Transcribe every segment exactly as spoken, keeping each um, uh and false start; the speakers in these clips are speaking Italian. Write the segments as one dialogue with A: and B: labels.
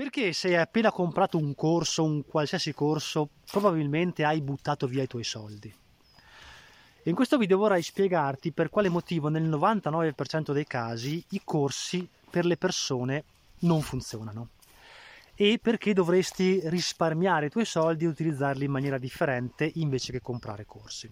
A: Perché se hai appena comprato un corso, un qualsiasi corso, probabilmente hai buttato via i tuoi soldi. In questo video vorrei spiegarti per quale motivo nel novantanove per cento dei casi i corsi per le persone non funzionano e perché dovresti risparmiare i tuoi soldi e utilizzarli in maniera differente invece che comprare corsi.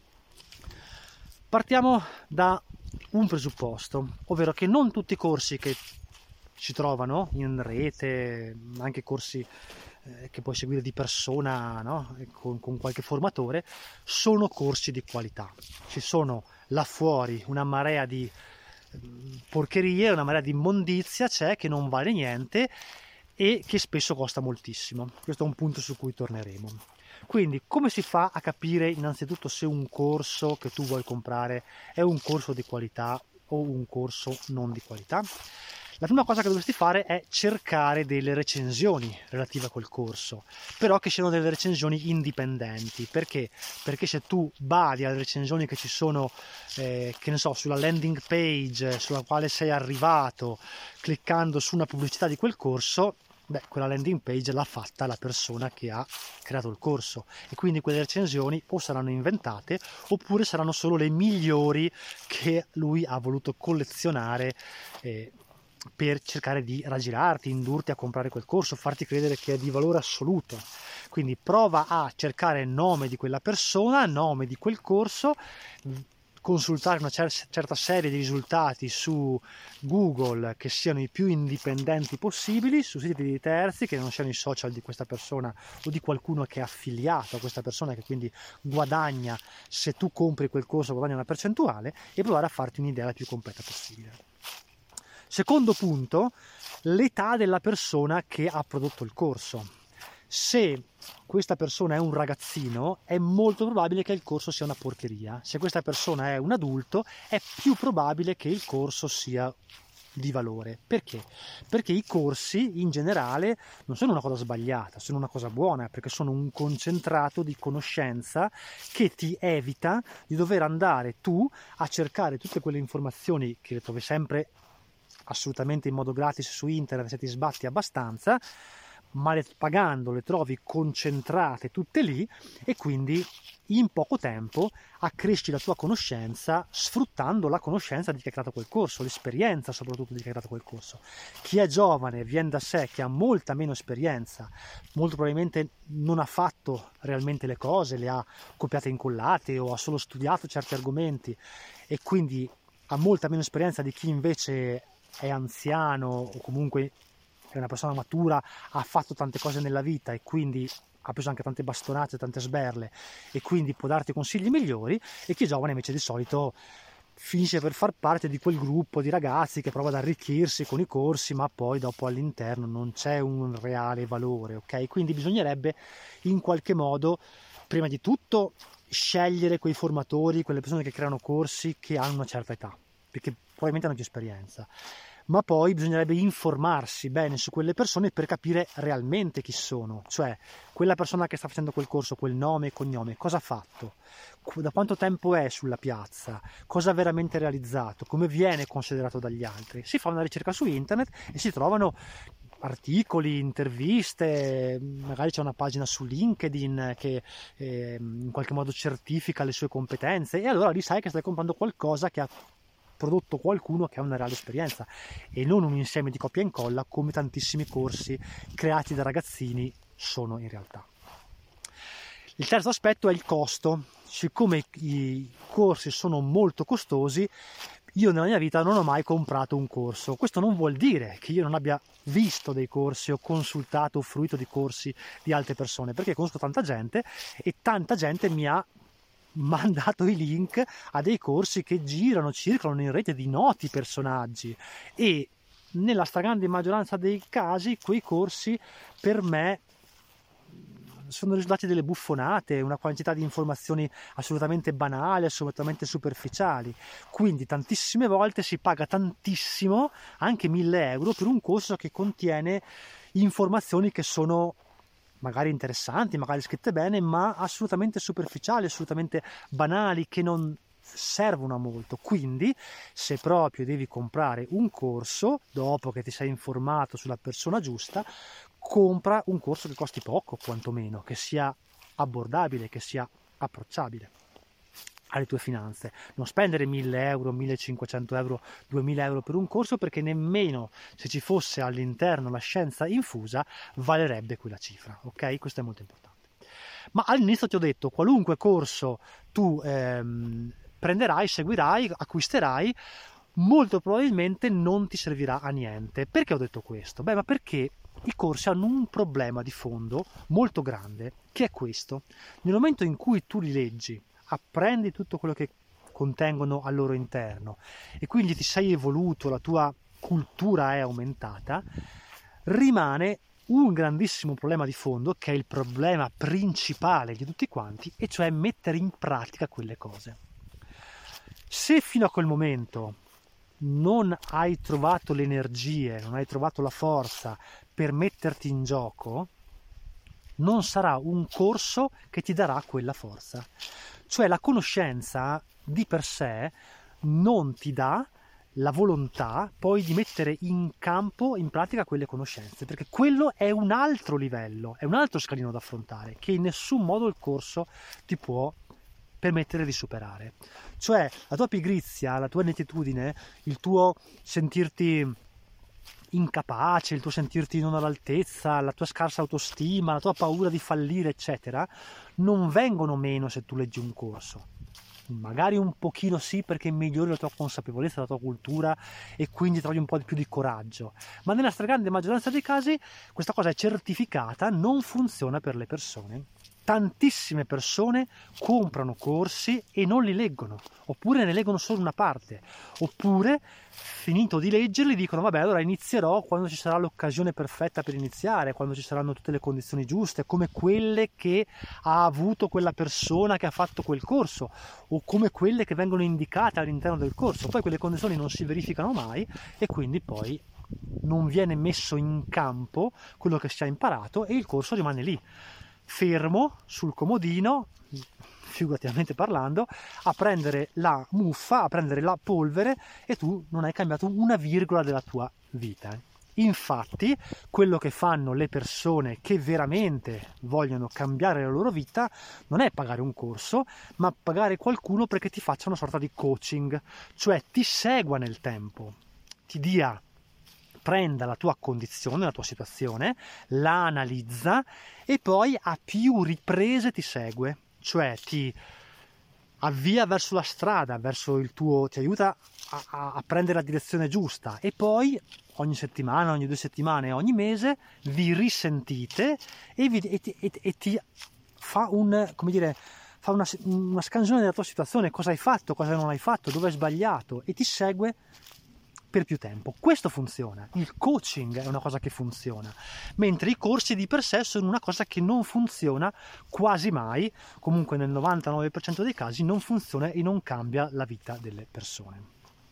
A: Partiamo da un presupposto, ovvero che non tutti i corsi che si trovano in rete, anche corsi eh, che puoi seguire di persona, no? con, con qualche formatore, sono corsi di qualità. Ci sono là fuori una marea di porcherie, una marea di immondizia c'è che non vale niente e che spesso costa moltissimo. Questo è un punto su cui torneremo. Quindi come si fa a capire innanzitutto se un corso che tu vuoi comprare è un corso di qualità o un corso non di qualità? La prima cosa che dovresti fare è cercare delle recensioni relative a quel corso, però che siano delle recensioni indipendenti. Perché? Perché se tu badi alle recensioni che ci sono, eh, che ne so, sulla landing page sulla quale sei arrivato, cliccando su una pubblicità di quel corso, beh, quella landing page l'ha fatta la persona che ha creato il corso e quindi quelle recensioni o saranno inventate oppure saranno solo le migliori che lui ha voluto collezionare eh, per cercare di raggirarti, indurti a comprare quel corso, farti credere che è di valore assoluto. Quindi prova a cercare il nome di quella persona, nome di quel corso, consultare una cer- certa serie di risultati su Google che siano i più indipendenti possibili, su siti di terzi che non siano i social di questa persona o di qualcuno che è affiliato a questa persona, che quindi guadagna, se tu compri quel corso guadagna una percentuale, e provare a farti un'idea la più completa possibile. Secondo punto, l'età della persona che ha prodotto il corso. Se questa persona è un ragazzino, è molto probabile che il corso sia una porcheria. Se questa persona è un adulto, è più probabile che il corso sia di valore. Perché? Perché i corsi in generale non sono una cosa sbagliata, sono una cosa buona, perché sono un concentrato di conoscenza che ti evita di dover andare tu a cercare tutte quelle informazioni che le trovi sempre assolutamente in modo gratis su internet se ti sbatti abbastanza, ma le, pagando le trovi concentrate tutte lì e quindi in poco tempo accresci la tua conoscenza sfruttando la conoscenza di chi ha creato quel corso, l'esperienza soprattutto di chi ha creato quel corso. Chi è giovane, viene da sé, che ha molta meno esperienza, molto probabilmente non ha fatto realmente le cose, le ha copiate e incollate o ha solo studiato certi argomenti e quindi ha molta meno esperienza di chi invece è anziano o comunque è una persona matura, ha fatto tante cose nella vita e quindi ha preso anche tante bastonate, tante sberle e quindi può darti consigli migliori, e chi è giovane invece di solito finisce per far parte di quel gruppo di ragazzi che prova ad arricchirsi con i corsi, ma poi dopo all'interno non c'è un reale valore, ok? Quindi bisognerebbe in qualche modo, prima di tutto, scegliere quei formatori, quelle persone che creano corsi che hanno una certa età, perché probabilmente hanno più esperienza, ma poi bisognerebbe informarsi bene su quelle persone per capire realmente chi sono, cioè quella persona che sta facendo quel corso, quel nome e cognome, cosa ha fatto, da quanto tempo è sulla piazza, cosa ha veramente realizzato, come viene considerato dagli altri. Si fa una ricerca su internet e si trovano articoli, interviste, magari c'è una pagina su LinkedIn che eh, in qualche modo certifica le sue competenze, e allora lì sai che stai comprando qualcosa che ha prodotto qualcuno che ha una reale esperienza e non un insieme di copia e incolla come tantissimi corsi creati da ragazzini sono in realtà. Il terzo aspetto è il costo. Siccome i corsi sono molto costosi, io nella mia vita non ho mai comprato un corso. Questo non vuol dire che io non abbia visto dei corsi o consultato o fruito di corsi di altre persone, perché conosco tanta gente e tanta gente mi ha mandato i link a dei corsi che girano, circolano in rete di noti personaggi, e nella stragrande maggioranza dei casi quei corsi per me sono risultati delle buffonate, una quantità di informazioni assolutamente banali, assolutamente superficiali. Quindi tantissime volte si paga tantissimo, anche mille euro, per un corso che contiene informazioni che sono magari interessanti, magari scritte bene, ma assolutamente superficiali, assolutamente banali, che non servono a molto. Quindi se proprio devi comprare un corso, dopo che ti sei informato sulla persona giusta, compra un corso che costi poco, quantomeno, che sia abbordabile, che sia approcciabile alle tue finanze. Non spendere mille euro, millecinquecento euro, duemila euro per un corso, perché nemmeno se ci fosse all'interno la scienza infusa valerebbe quella cifra, ok? Questo è molto importante. Ma all'inizio ti ho detto, qualunque corso tu ehm, prenderai, seguirai, acquisterai, molto probabilmente non ti servirà a niente. Perché ho detto questo? Beh, ma perché i corsi hanno un problema di fondo molto grande, che è questo. Nel momento in cui tu li leggi, apprendi tutto quello che contengono al loro interno e quindi ti sei evoluto, la tua cultura è aumentata, rimane un grandissimo problema di fondo, che è il problema principale di tutti quanti, e cioè mettere in pratica quelle cose. Se fino a quel momento non hai trovato le energie, non hai trovato la forza per metterti in gioco, non sarà un corso che ti darà quella forza. Cioè la conoscenza di per sé non ti dà la volontà poi di mettere in campo, in pratica, quelle conoscenze, perché quello è un altro livello, è un altro scalino da affrontare, che in nessun modo il corso ti può permettere di superare. Cioè la tua pigrizia, la tua inettitudine, il tuo sentirti incapace, il tuo sentirti non all'altezza, la tua scarsa autostima, la tua paura di fallire, eccetera, non vengono meno se tu leggi un corso. Magari un pochino sì, perché migliori la tua consapevolezza, la tua cultura, e quindi trovi un po' di più di coraggio, ma nella stragrande maggioranza dei casi questa cosa è certificata, non funziona per le persone. Tantissime persone comprano corsi e non li leggono, oppure ne leggono solo una parte, oppure finito di leggerli dicono vabbè, allora inizierò quando ci sarà l'occasione perfetta per iniziare, quando ci saranno tutte le condizioni giuste, come quelle che ha avuto quella persona che ha fatto quel corso, o come quelle che vengono indicate all'interno del corso. Poi quelle condizioni non si verificano mai e quindi poi non viene messo in campo quello che si è imparato e il corso rimane lì, fermo sul comodino, figurativamente parlando, a prendere la muffa, a prendere la polvere, e tu non hai cambiato una virgola della tua vita. Infatti, quello che fanno le persone che veramente vogliono cambiare la loro vita non è pagare un corso, ma pagare qualcuno perché ti faccia una sorta di coaching, cioè ti segua nel tempo, ti dia prenda la tua condizione, la tua situazione, la analizza e poi a più riprese ti segue, cioè ti avvia verso la strada, verso il tuo, ti aiuta a, a, a prendere la direzione giusta, e poi ogni settimana, ogni due settimane, ogni mese vi risentite e, vi, e, e, e ti fa un, come dire, fa una, una scansione della tua situazione, cosa hai fatto, cosa non hai fatto, dove hai sbagliato, e ti segue per più tempo. Questo funziona, il coaching è una cosa che funziona, mentre i corsi di per sé sono una cosa che non funziona quasi mai, comunque nel novantanove per cento dei casi non funziona e non cambia la vita delle persone.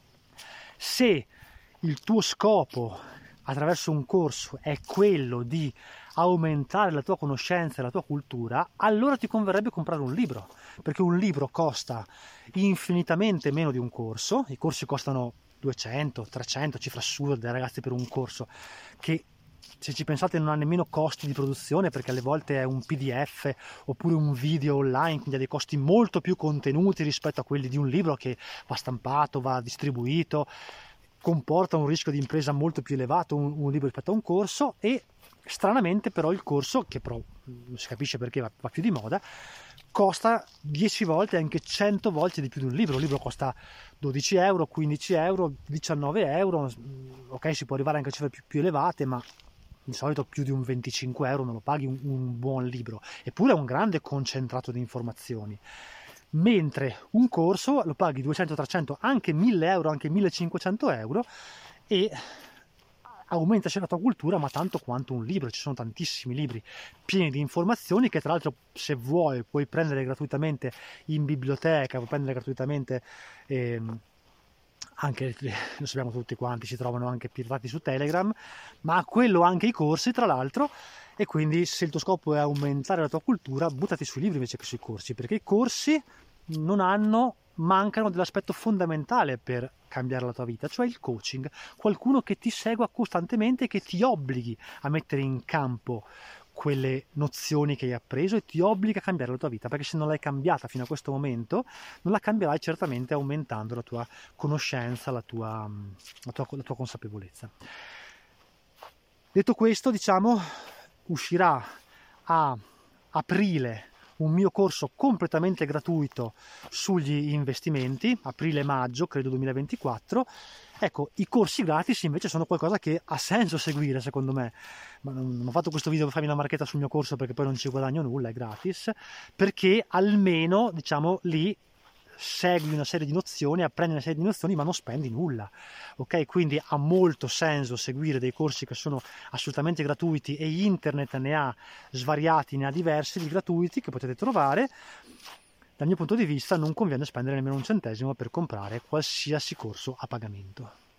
A: Se il tuo scopo attraverso un corso è quello di aumentare la tua conoscenza e la tua cultura, allora ti converrebbe comprare un libro, perché un libro costa infinitamente meno di un corso. I corsi costano duecento, trecento, cifra assurda, ragazzi, per un corso che, se ci pensate, non ha nemmeno costi di produzione, perché alle volte è un P D F oppure un video online, quindi ha dei costi molto più contenuti rispetto a quelli di un libro che va stampato, va distribuito, comporta un rischio di impresa molto più elevato un, un libro rispetto a un corso. E stranamente però il corso, che però non si capisce perché va, va più di moda, costa dieci volte, anche cento volte di più di un libro. Un libro costa dodici euro, quindici euro, diciannove euro, ok, si può arrivare anche a cifre più, più elevate, ma di solito più di un venticinque euro non lo paghi un, un buon libro, eppure è un grande concentrato di informazioni. Mentre un corso lo paghi duecento, trecento, anche mille euro, anche millecinquecento euro, e aumentaci la tua cultura, ma tanto quanto un libro. Ci sono tantissimi libri pieni di informazioni che, tra l'altro, se vuoi puoi prendere gratuitamente in biblioteca, puoi prendere gratuitamente ehm, anche, lo sappiamo tutti quanti, si trovano anche piratati su Telegram, ma quello anche i corsi, tra l'altro. E quindi, se il tuo scopo è aumentare la tua cultura, buttati sui libri invece che sui corsi, perché i corsi non hanno mancano dell'aspetto fondamentale per cambiare la tua vita, cioè il coaching, qualcuno che ti segua costantemente e che ti obblighi a mettere in campo quelle nozioni che hai appreso e ti obbliga a cambiare la tua vita, perché se non l'hai cambiata fino a questo momento non la cambierai certamente aumentando la tua conoscenza, la tua, la tua, la tua consapevolezza. Detto questo, diciamo, uscirà a aprile un mio corso completamente gratuito sugli investimenti, aprile-maggio, credo duemilaventiquattro. Ecco, i corsi gratis invece sono qualcosa che ha senso seguire, secondo me. Ma non ho fatto questo video per farmi una marchetta sul mio corso perché poi non ci guadagno nulla, è gratis, perché almeno, diciamo, lì segui una serie di nozioni, apprendi una serie di nozioni, ma non spendi nulla, ok? Quindi ha molto senso seguire dei corsi che sono assolutamente gratuiti, e internet ne ha svariati, ne ha diversi di gratuiti che potete trovare. Dal mio punto di vista non conviene spendere nemmeno un centesimo per comprare qualsiasi corso a pagamento.